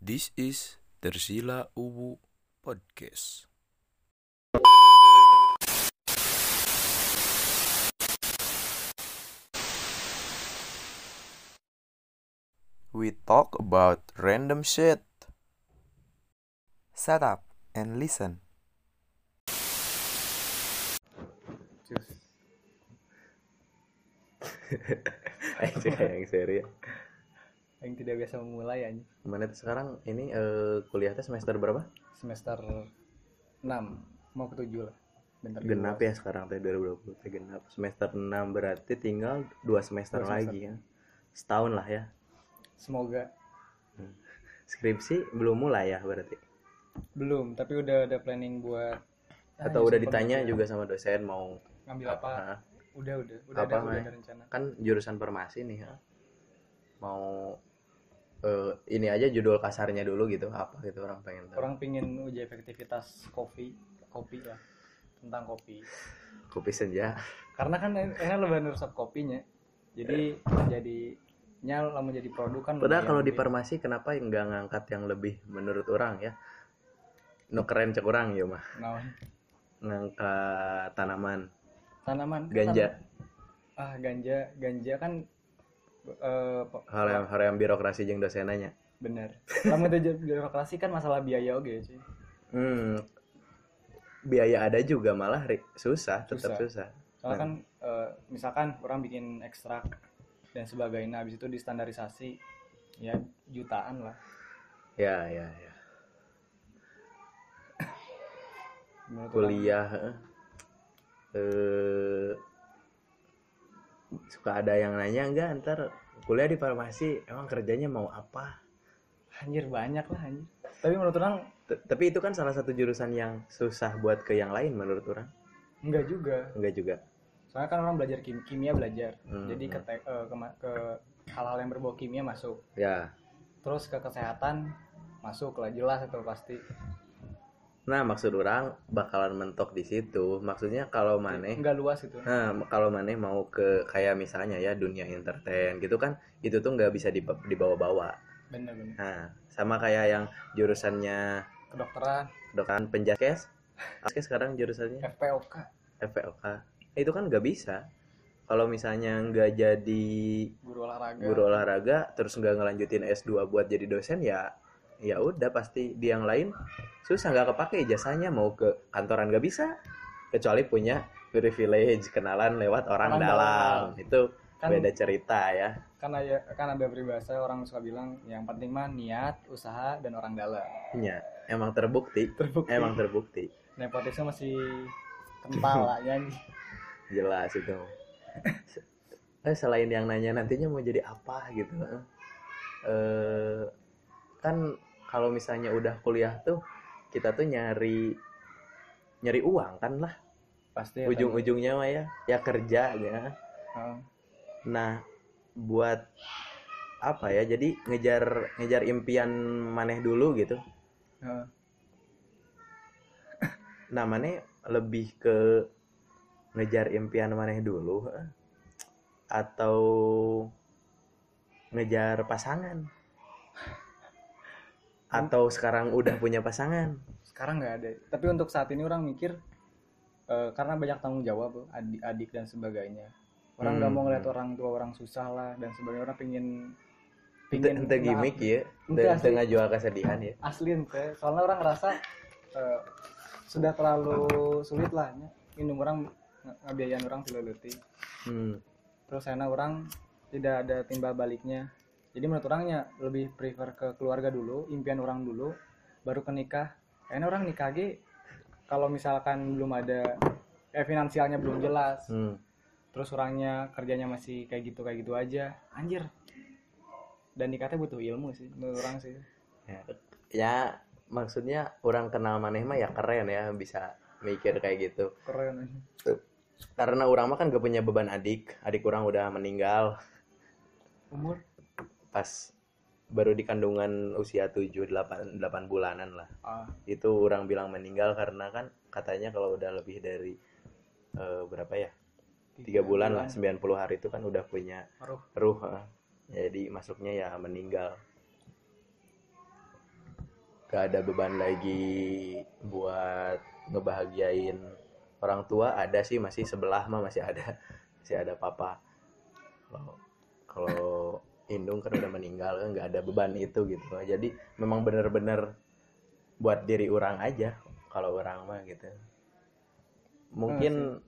This is Tersila Uwu Podcast. We talk about random shit. Shut up and listen. Yang seri ya. Yang tidak biasa memulai aja. Gimana tuh sekarang ini kuliahnya semester berapa? Semester 6 mau ke 7 lah. Bentar Genap ya sekarang teh 2020 teh genap. Semester 6 berarti tinggal 2 semester lagi ya. Setahun lah ya. Semoga. Skripsi belum mulai ya berarti. Belum, tapi udah ada planning buat atau udah ditanya juga sama dosen mau ngambil apa? Nah, Udah apa, ada rencana. Kan jurusan farmasi nih ya. Mau ini aja judul kasarnya dulu gitu, apa gitu orang pengen tahu. Orang pengen uji efektivitas kopi lah, tentang kopi. Kopi senja. Karena kan enak lebih resep kopinya. Jadi lama jadi produk kan. Padahal kalau di farmasi kenapa nggak ngangkat yang lebih menurut orang ya? No keren cek orang ya mah. Ngangkat tanaman. Ganja. Ganja kan hal yang birokrasi jeung dosenanya. Bener. Lama itu birokrasi kan masalah biaya oke sih. Biaya ada juga malah tetap susah. Soalnya kan misalkan orang bikin ekstrak dan sebagainya, habis itu distandarisasi ya jutaan lah. Ya. Kuliah suka ada yang nanya enggak ntar kuliah di farmasi emang kerjanya mau apa? Anjir banyak lah anjir. Tapi menurut orang tapi itu kan salah satu jurusan yang susah buat ke yang lain menurut orang. Enggak juga. Soalnya kan orang belajar kimia belajar. Jadi ke hal-hal yang berbau kimia masuk. Ya. Terus ke kesehatan masuk lah, jelas itu pasti. Nah, maksud orang bakalan mentok di situ. Maksudnya kalau maneh enggak luas itu. Nah, kalau maneh mau ke kayak misalnya ya dunia entertain gitu kan, itu tuh nggak bisa dibawa-bawa. Bener. Nah, sama kayak yang jurusannya kedokteran penjaskes. Sekarang jurusannya FPOK. Itu kan nggak bisa. Kalau misalnya nggak jadi guru olahraga terus nggak ngelanjutin S2 buat jadi dosen ya udah pasti di yang lain susah, nggak kepake ijazahnya, mau ke kantoran nggak bisa kecuali punya privilege kenalan lewat orang dalam. Itu kan beda cerita ya. Kan ada peribahasa orang suka bilang yang penting mah niat, usaha, dan orang dalam. Iya, emang terbukti. Nepotisme masih kental lah ya. Jelas itu. Selain yang nanya nantinya mau jadi apa gitu, kan kalau misalnya udah kuliah tuh kita tuh nyari uang kan lah pasti ujung-ujungnya mah ya kerja ya. Nah buat apa ya, jadi ngejar impian maneh dulu gitu. Nah maneh lebih ke ngejar impian maneh dulu atau ngejar pasangan? Atau sekarang udah punya pasangan? Sekarang nggak ada. Tapi untuk saat ini orang mikir karena banyak tanggung jawab, adik dan sebagainya. Orang nggak mau ngeliat orang tua orang susah lah dan sebagainya. Orang pingin ente gimmick ya, ente ngajual kesedihan ya. Asli ente. Soalnya orang ngerasa sudah terlalu sulit lah. Indung orang ngabiayain orang tiluluti. Terus karena orang tidak ada timbal baliknya. Jadi menurut orangnya lebih prefer ke keluarga dulu, impian orang dulu, baru ke nikah. Karena orang nikah lagi kalau misalkan belum ada finansialnya belum jelas, terus orangnya kerjanya masih kayak gitu aja, anjir. Dan nikahnya butuh ilmu sih, menurut orang sih. Ya maksudnya orang kenal maneh mah ya keren ya, bisa mikir kayak gitu. Keren. Karena orang mah kan gak punya beban adik orang udah meninggal. Umur? Pas baru di kandungan usia 7-8 bulanan lah. Itu orang bilang meninggal karena kan katanya kalau udah lebih dari berapa ya? 3 bulan lah, 90 hari itu kan udah punya ruh. Jadi masuknya ya meninggal. gak ada beban lagi buat ngebahagiain orang tua. Ada sih, masih sebelah mah masih ada papa. Kalau indung kan udah meninggal kan, nggak ada beban itu gitu. Jadi memang bener-bener buat diri orang aja kalau orang mah gitu. Mungkin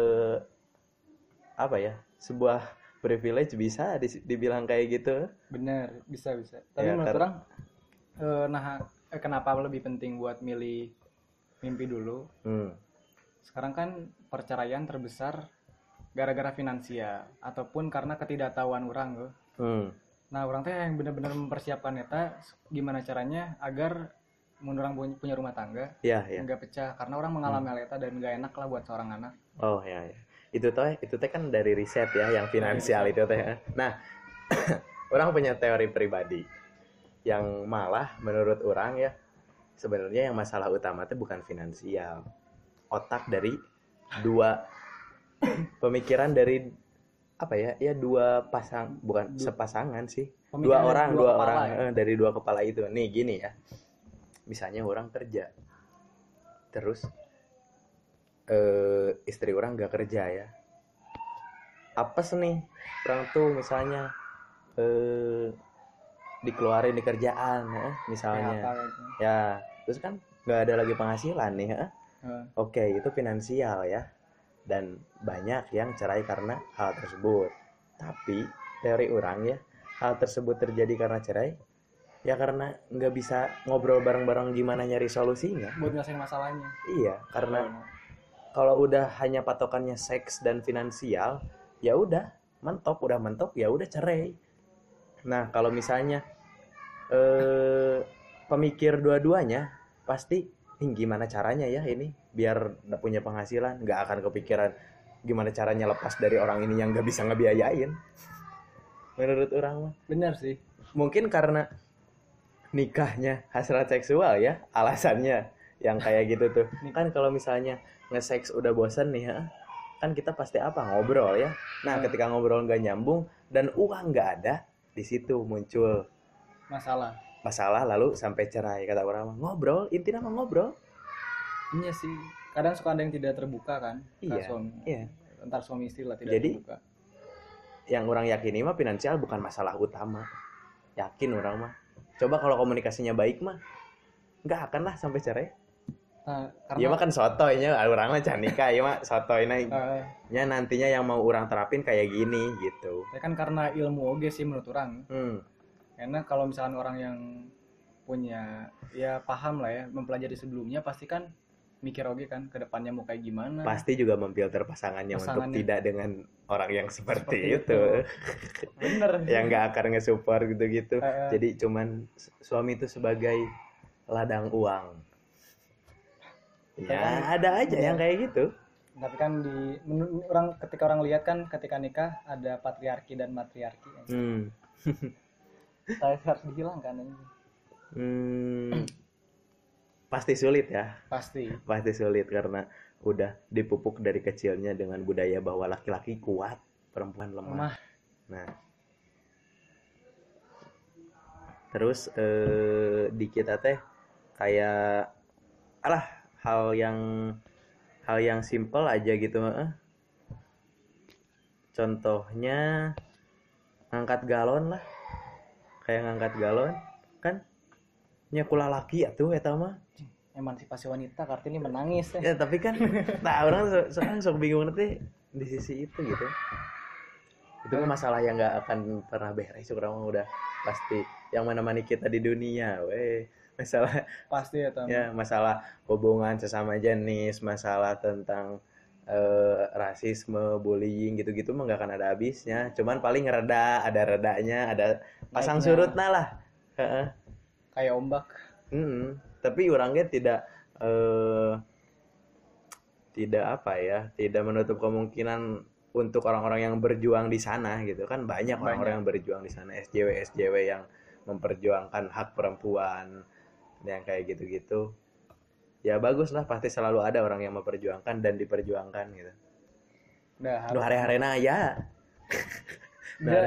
apa ya, sebuah privilege bisa dibilang kayak gitu. Bener, bisa. Tapi ya, menurut orang kenapa lebih penting buat milih mimpi dulu? Sekarang kan perceraian terbesar gara-gara finansial ataupun karena ketidaktahuan orang loh. Nah, orang teh yang benar-benar mempersiapkan eta gimana caranya agar orang punya rumah tangga nggak pecah, karena orang mengalami eta dan nggak enak lah buat seorang anak. Oh ya. Itu teh kan dari riset ya yang finansial itu teh. Nah, orang punya teori pribadi yang malah menurut orang ya sebenarnya yang masalah utama teh bukan finansial. Otak dari dua pemikiran dari apa ya dua pasang, bukan sepasangan sih, dua orang ya? Dari dua kepala itu. Nih gini ya, misalnya orang kerja terus istri orang gak kerja ya, apes nih orang tuh misalnya dikeluarin di kerjaan misalnya ya, terus kan gak ada lagi penghasilan nih Oke, itu finansial ya. Dan banyak yang cerai karena hal tersebut. Tapi teori orang ya, hal tersebut terjadi karena cerai ya karena nggak bisa ngobrol bareng-bareng gimana nyari solusinya buat nyelesain masalahnya. Iya, karena kalau udah hanya patokannya seks dan finansial, ya udah mentok ya udah cerai. Nah, kalau misalnya pemikir dua-duanya pasti gimana caranya ya ini biar punya penghasilan, nggak akan kepikiran gimana caranya lepas dari orang ini yang nggak bisa ngebiayain. Menurut orang mah benar sih, mungkin karena nikahnya hasrat seksual ya alasannya yang kayak gitu tuh. Kan kalau misalnya nge-seks udah bosan nih kan kita pasti ngobrol ya. Nah, ketika ngobrol nggak nyambung dan uang nggak ada, di situ muncul masalah lalu sampai cerai. Kata orang ngobrol, intinya ngobrol. Iya sih, kadang suka ada yang tidak terbuka kan. Iya. Antar suami istri lah tidak terbuka. Yang orang yakini mah finansial bukan masalah utama, yakin orang mah. Coba kalau komunikasinya baik mah nggak akan lah sampai cerai. Iya mah kan sotoynya orang mah canika, iya mah sotoynya ya nantinya yang mau orang terapin kayak gini gitu. Ya kan karena ilmu oge sih menurut orang. Karena kalau misalkan orang yang punya ya paham lah ya, mempelajari sebelumnya pasti kan mikir oge kan ke depannya mau kayak gimana. Pasti juga memfilter pasangannya untuk tidak dengan orang yang seperti itu. Bener. Yang nggak akan nge-support gitu-gitu. Jadi cuman suami itu sebagai ladang uang. Ya ada aja yang kayak gitu. Tapi kan ketika orang lihat kan ketika nikah ada patriarki dan matriarki. Saya harus dihilangkan ini. Pasti sulit ya. Pasti sulit karena udah dipupuk dari kecilnya dengan budaya bahwa laki-laki kuat, perempuan lemah. Nah, terus di kita teh kayak hal yang simple aja gitu. Contohnya ngangkat galon lah. Kayak ngangkat galon kan nyekula laki atuh eta mah emansipasi wanita, artinya menangis ya. Tapi kan orang sok bingung nanti di sisi itu gitu. Itu mah masalah yang nggak akan pernah beres. Orang udah pasti yang menemani kita di dunia masalah pasti ya masalah hubungan sesama jenis, masalah tentang rasisme, bullying gitu-gitu mah nggak akan ada habisnya. Cuman paling ada redanya, ada pasang surutnya lah. Kayak ombak. Tapi orangnya tidak menutup kemungkinan untuk orang-orang yang berjuang di sana gitu kan. Banyak orang-orang yang berjuang di sana, SJW yang memperjuangkan hak perempuan yang kayak gitu-gitu. Ya bagus lah, pasti selalu ada orang yang memperjuangkan dan diperjuangkan gitu. Hari-harina ya.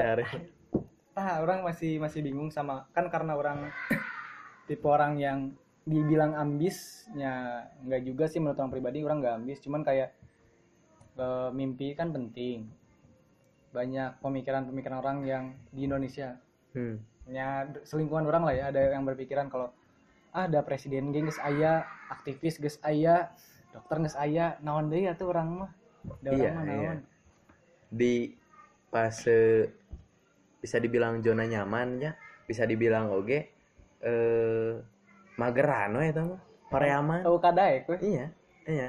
Orang masih bingung sama kan, karena orang tipe orang yang dibilang ambisnya nggak juga sih, menurut orang pribadi orang nggak ambis, cuman kayak mimpi kan penting. Banyak pemikiran orang yang di Indonesia ya selingkuhan orang lah ya, ada yang berpikiran kalau ada presiden geus aya, aktivis geus aya, dokter geus aya, naon deui atuh orang mah. Iya, iya. Di fase bisa dibilang zona nyaman ya, bisa dibilang oge mageran we eta mah pareaman. Tahu kadaek we. Iya, iya.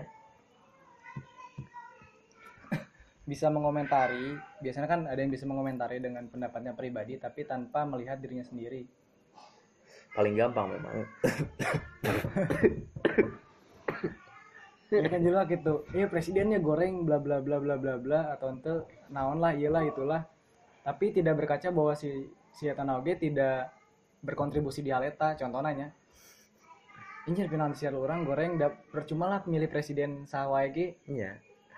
Bisa mengomentari, biasanya kan ada yang bisa mengomentari dengan pendapatnya pribadi tapi tanpa melihat dirinya sendiri. Paling gampang memang. Ya kan jelas gitu. Presidennya goreng bla bla bla bla bla bla atau ente naon lah iyalah itulah. Tapi tidak berkaca bahwa si eta oge tidak berkontribusi di hal eta. Contohnya anjir finansial orang goreng percuma lah milih presiden sawae ge. Iya.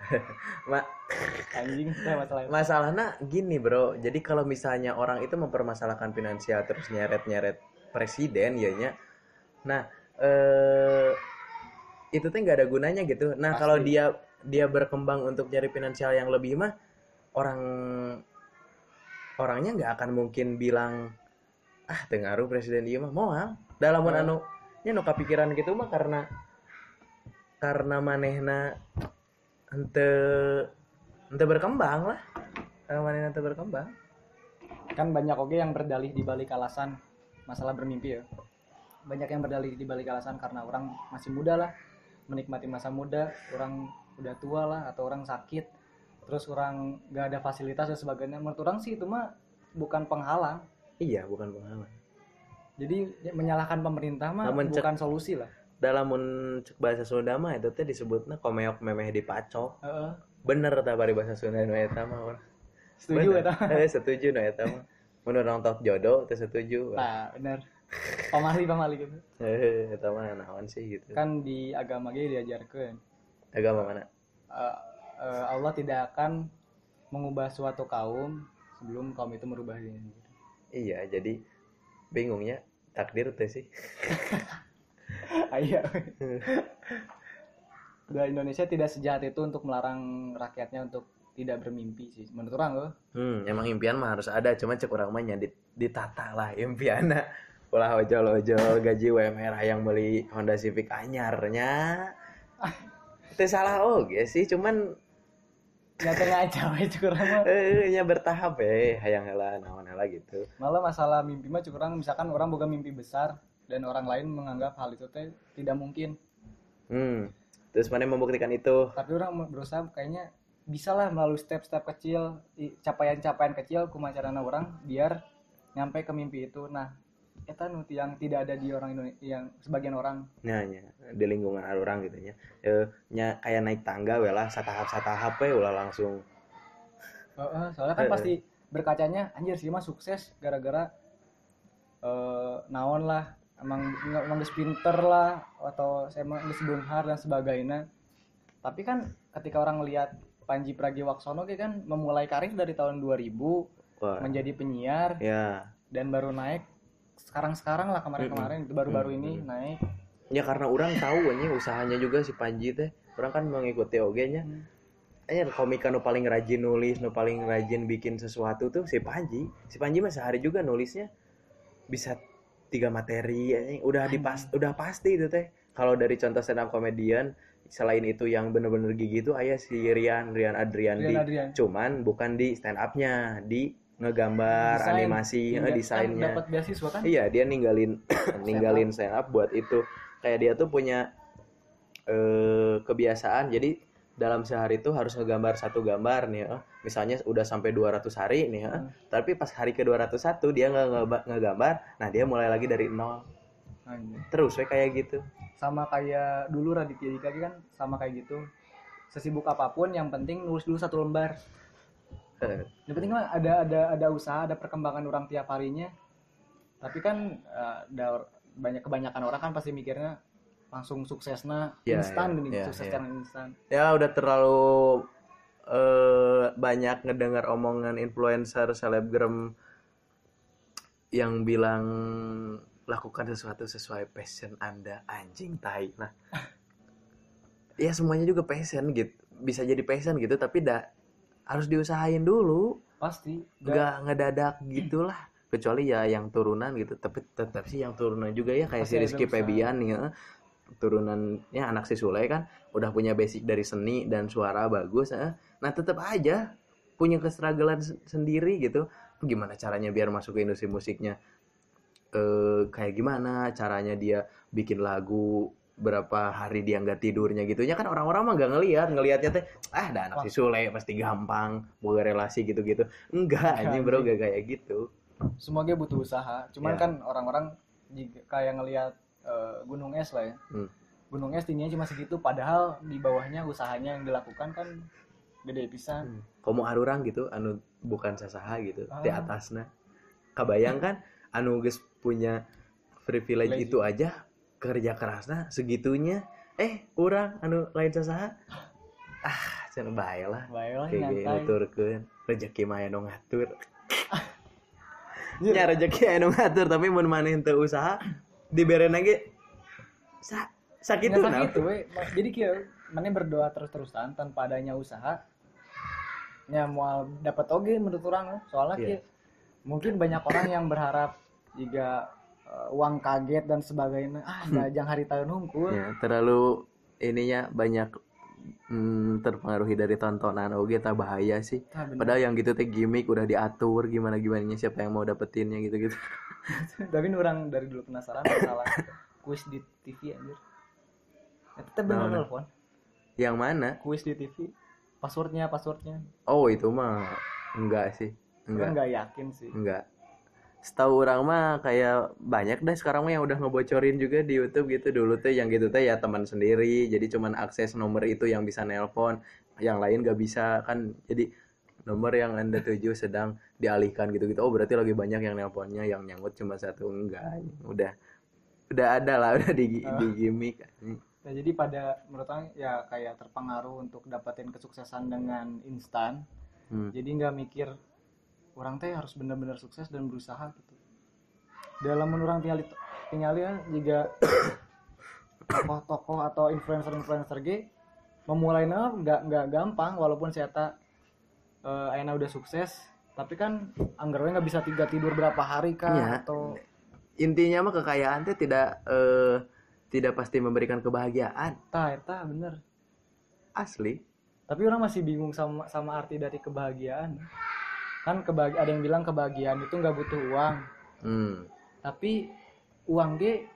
Anjing masalahnya gini bro, jadi kalau misalnya orang itu mempermasalahkan finansial terus nyeret presiden ya nya, nah itu tuh nggak ada gunanya gitu. Nah kalau dia berkembang untuk nyari finansial yang lebih mah orangnya nggak akan mungkin bilang tengaruh presiden dia mah moal dalam anu nya nu kapikiran gitu mah karena manehna ente berkembang lah, manehna ente berkembang. Kan banyak oke yang berdalih di balik alasan masalah bermimpi ya. Banyak yang berdalih di balik alasan karena orang masih muda lah, menikmati masa muda, orang udah tua lah atau orang sakit, terus orang gak ada fasilitas dan sebagainya. Menurut orang sih itu mah bukan penghalang. Iya, bukan penghalang. Jadi menyalahkan pemerintah mah bukan solusi lah. Dalam bahasa Sunda mah itu teh disebutnya komeok memeh dipacok. Bener tah bari bahasa Sunda nu eta mah. Setuju eta. Setuju nu eta mah. Mun nonton jodoh teh setuju. Nah, bener. Pamali gitu. Eta mah naon sih gitu. Kan di agama ge diajarkeun. Agama mana? Allah tidak akan mengubah suatu kaum sebelum kaum itu merubah dirinya sendiri. Iya, jadi bingungnya takdir teh sih. Iya. Indonesia tidak sejahat itu untuk melarang rakyatnya untuk tidak bermimpi sih menurut orang loh. Emang impian mah harus ada, cuma cek urang mah nya ditata lah impianna. Ulah ojol-ojol gaji UMR hayang beli Honda Civic anyarnya. Teu salah oge sih, cuman nya teu ngaca we curang mah. Nya bertahap hayang heula naon heula gitu. Malah masalah mimpi mah curang misalkan orang boga mimpi besar dan orang lain menganggap hal itu teh tidak mungkin. Terus mana membuktikan itu? Tapi orang berusaha kayaknya bisa lah melalui step-step kecil, capaian-capaian kecil kumacarana orang biar nyampe ke mimpi itu. Nah, eta nu yang tidak ada di orang Indonesia, yang sebagian orang. Nya di lingkungan orang gitu nya. Nya kayak naik tangga we lah, satahap we ulah langsung. Soalnya kan pasti berkacanya anjir sih mah sukses gara-gara naon lah. Emang geus pinter lah atau saya emang geus beunghar dan sebagainya. Tapi kan ketika orang melihat Pandji Pragiwaksono kan memulai karir dari tahun 2000 menjadi penyiar dan baru naik sekarang lah kemarin itu baru-baru ini naik. Ya karena orang tahu nya usahanya juga si Pandji teh. Orang kan mengikuti oge nya. Komik nu paling rajin nulis, nu paling rajin bikin sesuatu tuh si Pandji. Si Pandji mah sehari juga nulisnya bisa 3 materi udah pasti itu teh. Kalau dari contoh stand up comedian selain itu yang bener-bener gigi itu aya si Rian Adriandi. Cuman bukan di stand up-nya, di ngegambar, desain, animasi, desainnya. Dapat beasiswa kan? Iya, dia ninggalin stand up buat itu. Kayak dia tuh punya kebiasaan jadi dalam sehari itu harus ngegambar satu gambar nih misalnya udah sampai 200 hari nih tapi pas hari ke 201 dia nggak ngegambar, nah dia mulai lagi dari nol. Terus kayak gitu, sama kayak dulu Raditya Dika kan sama kayak gitu, sesibuk apapun yang penting nulis dulu 1 lembar. Yang penting mah ada usaha, ada perkembangan orang tiap harinya. Tapi kan kebanyakan orang kan pasti mikirnya langsung suksesnya instan sukses secara instan. Ya udah terlalu banyak ngedengar omongan influencer selebgram yang bilang lakukan sesuatu sesuai passion Anda, anjing tai. Nah, ya semuanya juga passion gitu, bisa jadi passion gitu, tapi harus diusahain dulu, pasti nggak ngedadak gitulah, kecuali ya yang turunan gitu, tapi tetap sih yang turunan juga ya kayak si Rizky Febian ya, turunannya anak si Sule kan udah punya basic dari seni dan suara bagus ya. Nah tetap aja punya kestrugglean sendiri gitu, gimana caranya biar masuk ke industri musiknya, kayak gimana caranya dia bikin lagu berapa hari dia nggak tidurnya gitunya kan, orang-orang mah nggak ngelihatnya teh ada anak si Sule pasti gampang boga relasi gitu-gitu, enggak ini bro gak kayak gitu, semuanya butuh usaha. Cuman kan orang-orang kayak ngelihat gunung es lah ya, gunung es tingginya cuma segitu, padahal di bawahnya usahanya yang dilakukan kan gede pisan. Komo arurang gitu anu bukan sasaha gitu di atasna, kabayang kan anu geus punya privilege itu aja kerja kerasnya segitunya, orang anu lain sasaha cenah bae lah kayak nuturkeun rezeki mah anu ngatur. Nya rezeki anu ngatur, tapi mun maneh teu usaha diberena ge sakitu nah. Jadi kieu maneh berdoa terus-terusan tanpa adanya usaha nya moal dapat oge menurut urang, soalnya kieu mungkin banyak orang yang berharap jika uang kaget dan sebagainya, jangan hari tahun hungkul ya, terlalu ininya banyak terpengaruhi dari tontonan oge tak bahaya sih. Padahal yang gitu teh gimmick udah diatur gimana siapa yang mau dapetinnya gitu. Tapi orang dari dulu penasaran masalah kuis di TV anjir. Itu teh bener telepon. Yang mana? Kuis di TV. Passwordnya. Oh, itu mah enggak sih. Enggak yakin sih. Enggak. Setahu orang mah kayak banyak deh sekarang mah yang udah ngebocorin juga di YouTube gitu. Dulu tuh yang gitu tuh ya teman sendiri, jadi cuman akses nomor itu yang bisa nelpon, yang lain gak bisa kan. Jadi nomor yang Anda tuju sedang dialihkan gitu. Oh berarti lagi banyak yang nelponnya, yang nyangkut cuma satu. Enggak, udah ada lah, udah di gimmick. Nah, jadi pada menurut saya ya kayak terpengaruh untuk dapetin kesuksesan dengan instan. Jadi nggak mikir orang teh harus benar-benar sukses dan berusaha gitu. Dalam menurang tinggal juga tokoh-tokoh atau influencer G memulainya nggak gampang, walaupun saya ayeuna udah sukses, tapi kan anggarnya nggak bisa tidur berapa hari kan ya. Atau intinya mah kekayaan teh tidak pasti memberikan kebahagiaan. Eta bener. Asli. Tapi orang masih bingung sama arti dari kebahagiaan. Kan ada yang bilang kebahagiaan itu nggak butuh uang. Tapi uang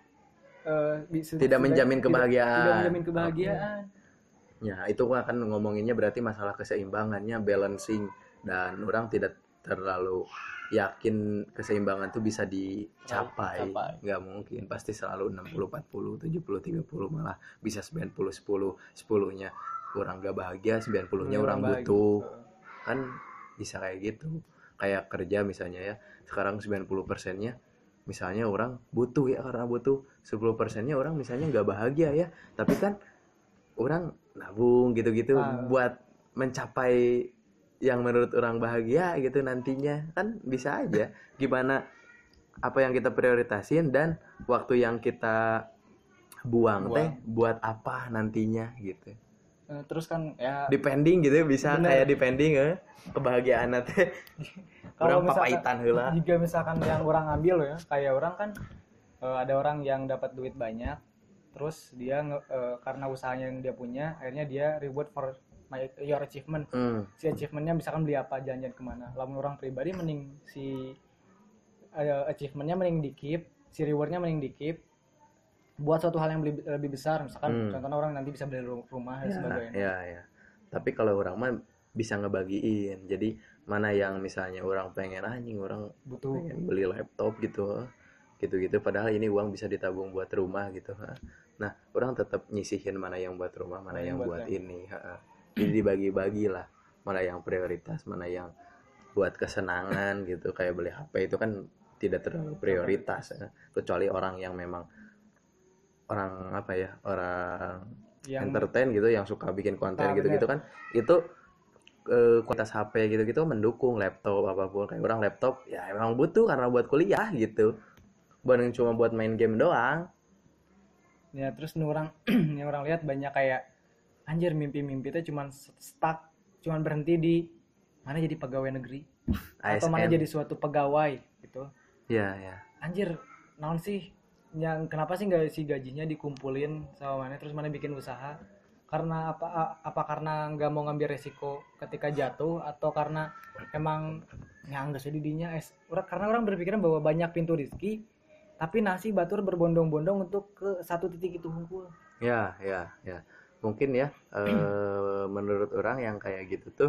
tidak menjamin kebahagiaan. Tidak menjamin kebahagiaan. Ya, itu kan ngomonginnya berarti masalah keseimbangannya, balancing, dan orang tidak terlalu yakin keseimbangan itu bisa dicapai. Nggak mungkin, pasti selalu 60-40, 70-30, malah bisa 90-10, 10-nya orang nggak bahagia, 90-nya orang butuh. Kan bisa kayak gitu. Kayak kerja misalnya ya, sekarang 90%-nya misalnya orang butuh ya, karena butuh. 10%-nya orang misalnya nggak bahagia ya, tapi kan orang nabung gitu-gitu buat mencapai yang menurut orang bahagia gitu nantinya. Kan bisa aja gimana apa yang kita prioritasin dan waktu yang kita buang teh buat apa nantinya gitu. Terus kan ya depending gitu bisa bener. Kayak depending kebahagiaan teh orang papaitan heula. Jika misalkan yang orang ambil ya, kayak orang kan ada orang yang dapat duit banyak, terus dia karena usahanya yang dia punya, akhirnya dia reward for your achievement. Si achievementnya misalkan beli apa, jalan-jalan kemana. Lamun orang pribadi mending si achievementnya mending di keep, si rewardnya mending di keep buat suatu hal yang lebih besar, misalkan contohnya orang nanti bisa beli rumah dan sebagainya. Ya. Tapi kalau orang mah bisa ngebagiin. Jadi mana yang misalnya orang pengen anjing, orang butuh pengen beli laptop gitu padahal ini uang bisa ditabung buat rumah gitu. Nah, orang tetap nyisihin mana yang buat rumah, mana yang buat ini. Jadi dibagi-bagi lah, mana yang prioritas, mana yang buat kesenangan gitu. Kayak beli HP itu kan tidak terlalu prioritas kecuali orang yang memang orang yang entertain gitu, yang suka bikin konten gitu kan, itu kualitas HP gitu mendukung laptop apapun. Kayak orang laptop ya emang butuh karena buat kuliah gitu. bukan cuma buat main game doang. Ya terus orang yang orang lihat banyak kayak anjir mimpi-mimpi itu cuman stuck, cuman berhenti di mana jadi pegawai negeri atau mana jadi suatu pegawai gitu. Iya, ya. Anjir, naon sih yang kenapa sih nggak si gajinya dikumpulin sama mana terus mana bikin usaha? Karena apa karena nggak mau ngambil resiko ketika jatuh atau karena emang ya nggak sedidinya karena orang berpikiran bahwa banyak pintu rezeki tapi nasi batur berbondong-bondong untuk ke satu titik itu hunkul. Ya. Mungkin ya menurut orang yang kayak gitu tuh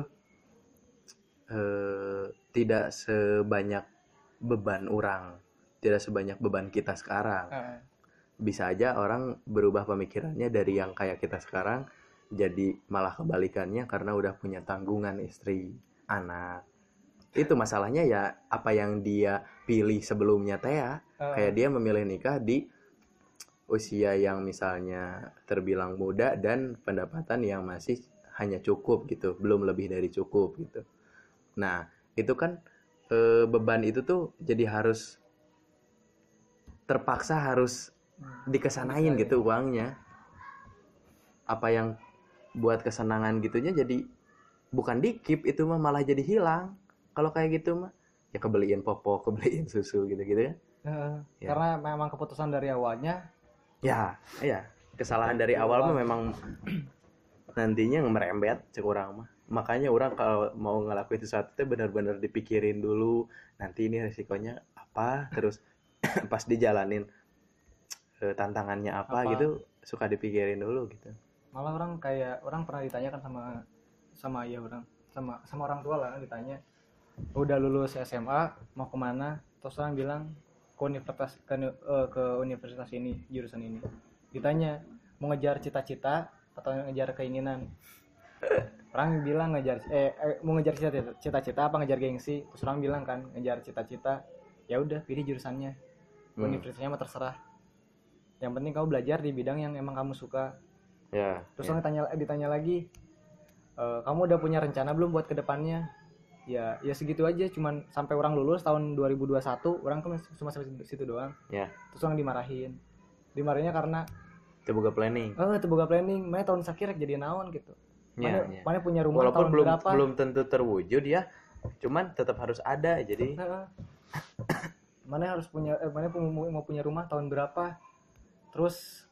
tidak sebanyak beban orang, tidak sebanyak beban kita sekarang. Bisa aja orang berubah pemikirannya dari yang kayak kita sekarang jadi malah kebalikannya karena udah punya tanggungan istri, anak. Itu masalahnya ya apa yang dia pilih sebelumnya teh ya. Kayak dia memilih nikah di usia yang misalnya terbilang muda dan pendapatan yang masih hanya cukup gitu, belum lebih dari cukup gitu. Nah, itu kan beban itu tuh jadi harus terpaksa harus dikesanain gitu uangnya. Apa yang buat kesenangan gitunya jadi bukan dikip, itu mah malah jadi hilang. Kalau kayak gitu mah ya kebeliin popok, kebeliin susu gitu-gitu ya. Ya. Karena memang keputusan dari awalnya ya kesalahan dari awal mah memang nantinya merembet cek orang mah. Makanya orang kalau mau ngelakuin sesuatu itu benar-benar dipikirin dulu nanti ini resikonya apa, terus pas dijalanin tantangannya apa gitu suka dipikirin dulu gitu. Malah orang pernah ditanyakan sama ayah orang, sama orang tua lah, ditanya udah lulus SMA mau kemana, terus orang bilang ke universitas ini, jurusan ini. Ditanya mau ngejar cita-cita atau ngejar keinginan, orang bilang mau ngejar cita-cita apa ngejar gengsi. Terus orang bilang kan ngejar cita-cita, ya udah pilih jurusannya, universitasnya mah terserah, yang penting kamu belajar di bidang yang emang kamu suka. Terus orang ditanya lagi, kamu udah punya rencana belum buat kedepannya? Ya segitu aja, cuman sampai orang lulus tahun 2021 orang kan cuma sampai situ doang. Terus orang dimarahinnya karena teboga planning. Teboga planning, mana tahun sakit jadi naon gitu. Mana punya rumah walaupun tahun berapa? Belum tentu terwujud ya, cuman tetap harus ada. Jadi mana harus punya mana mau punya rumah tahun berapa? Terus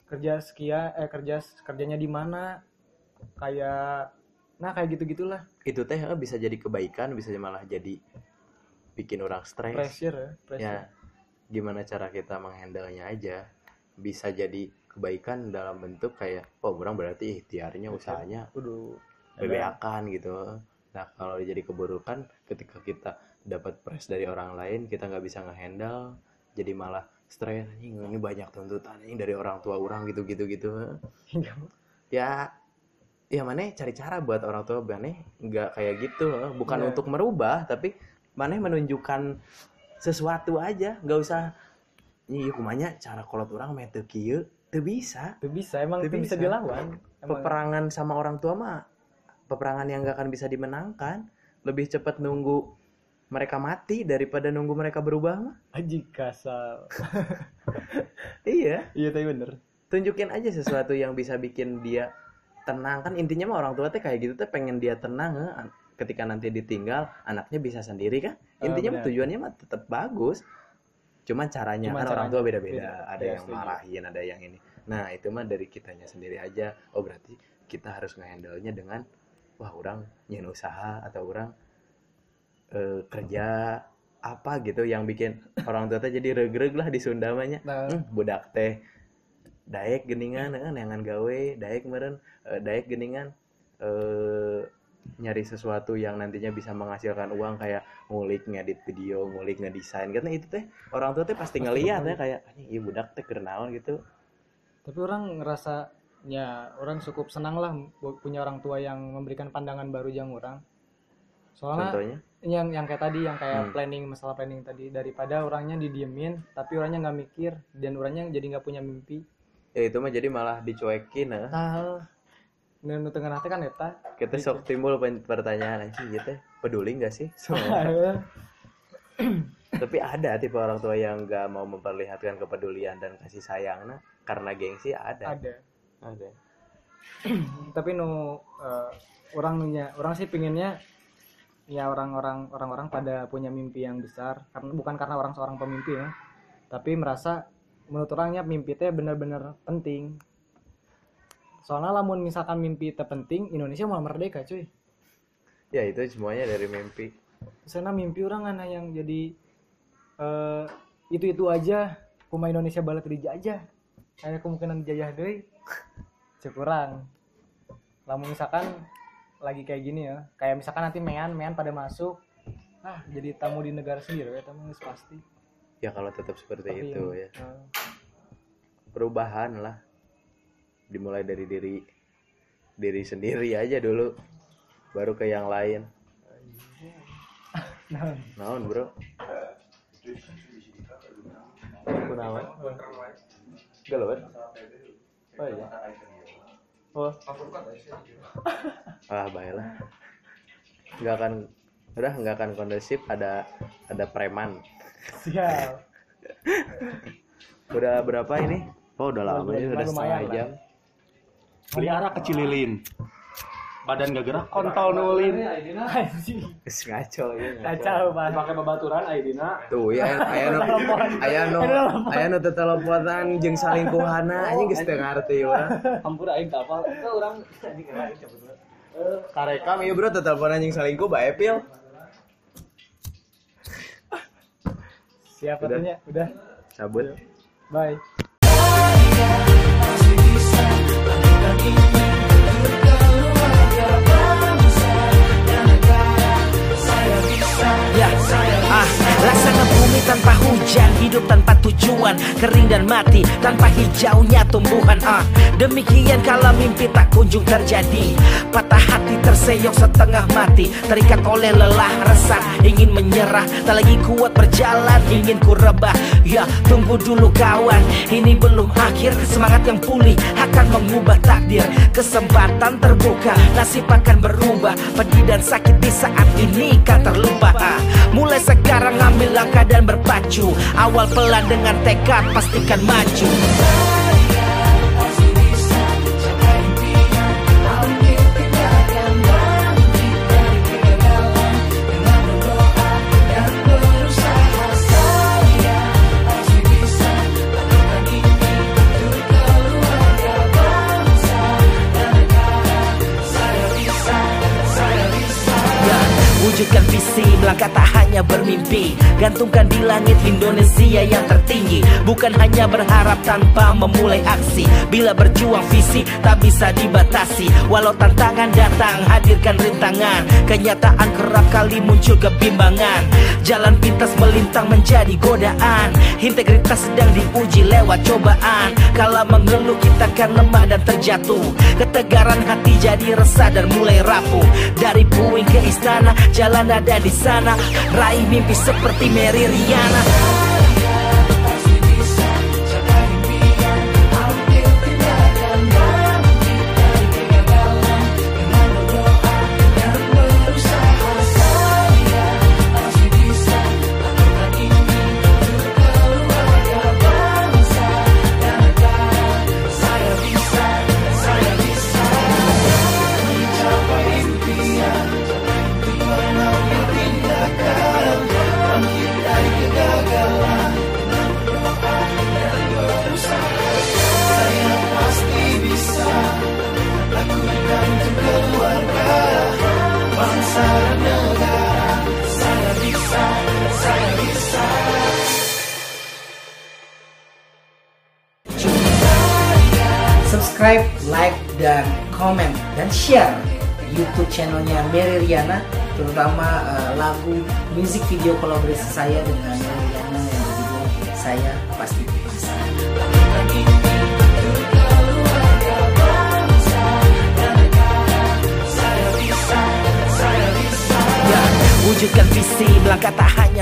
kerjanya di mana? Kayak gitu-gitulah. Itu teh bisa jadi kebaikan, bisa malah jadi bikin orang stres. Pressure. Ya, gimana cara kita menghandle-nya aja. Bisa jadi kebaikan dalam bentuk kayak, orang berarti ikhtiarnya, usahanya bebeakan gitu. Nah, kalau jadi keburukan ketika kita dapat press dari orang lain, kita nggak bisa ngehandle, jadi malah stres. Ini banyak tuntutan ini dari orang tua orang gitu. Ya maneh cari cara buat orang tua maneh nggak kayak gitu, bukan untuk merubah, tapi maneh menunjukkan sesuatu aja, nggak usah kumanya cara kolot orang mah teu kieu, teu bisa emang teu bisa dilawan. Peperangan sama orang tua mah peperangan yang nggak akan bisa dimenangkan. Lebih cepat nunggu mereka mati daripada nunggu mereka berubah mah. Aji kasar. Iya tapi bener, tunjukin aja sesuatu yang bisa bikin dia tenang. Kan intinya mah orang tua teh kayak gitu teh pengen dia tenang, ketika nanti ditinggal anaknya bisa sendiri kan. Intinya mah tujuannya mah tetap bagus, cuman caranya orang tua beda-beda. Ada yang marahin, ada yang ini. Nah itu mah dari kitanya sendiri aja. Berarti kita harus nge-handle-nya dengan orang nyen usaha atau orang kerja apa gitu yang bikin orang tua teh jadi regreg lah di Sunda mah nya. Budak teh daek geningan neangan gawe, daek meureun daek geningan nyari sesuatu yang nantinya bisa menghasilkan uang, kayak ngulik ngedit video, ngulik ngedesain. Karena itu teh orang tua teh pasti ngelihat ya kayak anjing ieu budak teh keur naon gitu. Tapi orang ngerasanya orang cukup senang lah punya orang tua yang memberikan pandangan baru jang orang. Soalnya contohnya? yang kayak tadi, yang kayak masalah planning tadi, daripada orangnya didiemin tapi orangnya nggak mikir dan orangnya jadi nggak punya mimpi. Ya itu mah jadi malah dicuekin. Nu tengah teh kan eta. Kita sok timbul pertanyaan anjing gitu. Peduli enggak sih? Tapi ada tipe orang tua yang nggak mau memperlihatkan kepedulian dan kasih sayang, nah karena gengsi ada. Tapi orang sih pinginnya ya orang-orang pada punya mimpi yang besar, karena bukan karena orang seorang pemimpi ya, tapi merasa menurut orangnya mimpi itu benar-benar penting. Soalnya lamun misalkan mimpi itu penting, Indonesia mau merdeka cuy. Ya itu semuanya dari mimpi. Karena mimpi orang kan yang jadi itu aja, pemain Indonesia balik dijajah, kayak kemungkinan dijajah deh, kurang. Lamun misalkan lagi kayak gini ya, kayak misalkan nanti mean pada masuk, jadi tamu di negara sendiri ya, tamu pasti. Ya kalau tetap seperti itu ya. Perubahan lah, dimulai dari diri sendiri aja dulu, baru ke yang lain. Naon bro? Kunaon? Galawat? Oh iya. Oh. Baiklah. Nggak akan kondusif, ada preman. Siap. Udah berapa ini? Oh udah lama ini, udah setengah jam. Pelihara kecil lilin. Badan gak gerak, kontol nulin. Ngaco ya. Kacau banget. Pakai babaturan Aidina. Tuh ya aya nu teteleponan jeung salingkuhana anjing geus teu ngarti urang. Hampura aing teu apal. Teu urang karekam ieu bro, teteleponan jeung salingkuh bae pil. Siap katanya, udah. Cabut. Bye. Laksana bumi tanpa hujan, hidup tanpa tujuan, kering dan mati tanpa hijaunya tumbuhan. Demikian kala mimpi tak kunjung terjadi, patah hati terseok setengah mati, terikat oleh lelah resah, ingin menyerah, tak lagi kuat berjalan, ingin ku rebah. Ya tunggu dulu kawan, ini belum akhir, semangat yang pulih akan mengubah takdir. Kesempatan terbuka, nasib akan berubah, pedih dan sakit di saat ini kan terlupa. Mulai sekarang ambil langkah dan berpacu, awal pelan dengan tekad pastikan maju. Wujudkan visi, melangkah tak hanya bermimpi, gantungkan di langit Indonesia yang tertinggi. Bukan hanya berharap tanpa memulai aksi, bila berjuang visi tak bisa dibatasi. Walau tantangan datang, hadirkan rintangan, kenyataan kerap kali muncul kebimbangan. Jalan pintas melintang menjadi godaan, integritas sedang diuji lewat cobaan. Kala mengeluh kita kan lemah dan terjatuh, ketegaran hati jadi resah dan mulai rapuh. Dari puing ke istana, jalan ada di sana, raih mimpi seperti Mary Riana. Subscribe, like, dan komen, dan share YouTube channelnya Mary Riana, terutama lagu musik video kolaborasi saya dengan Mary Riana yang berjudul Saya Pasti Bisa. Ya, wujudkan visi, melangkah tak hanya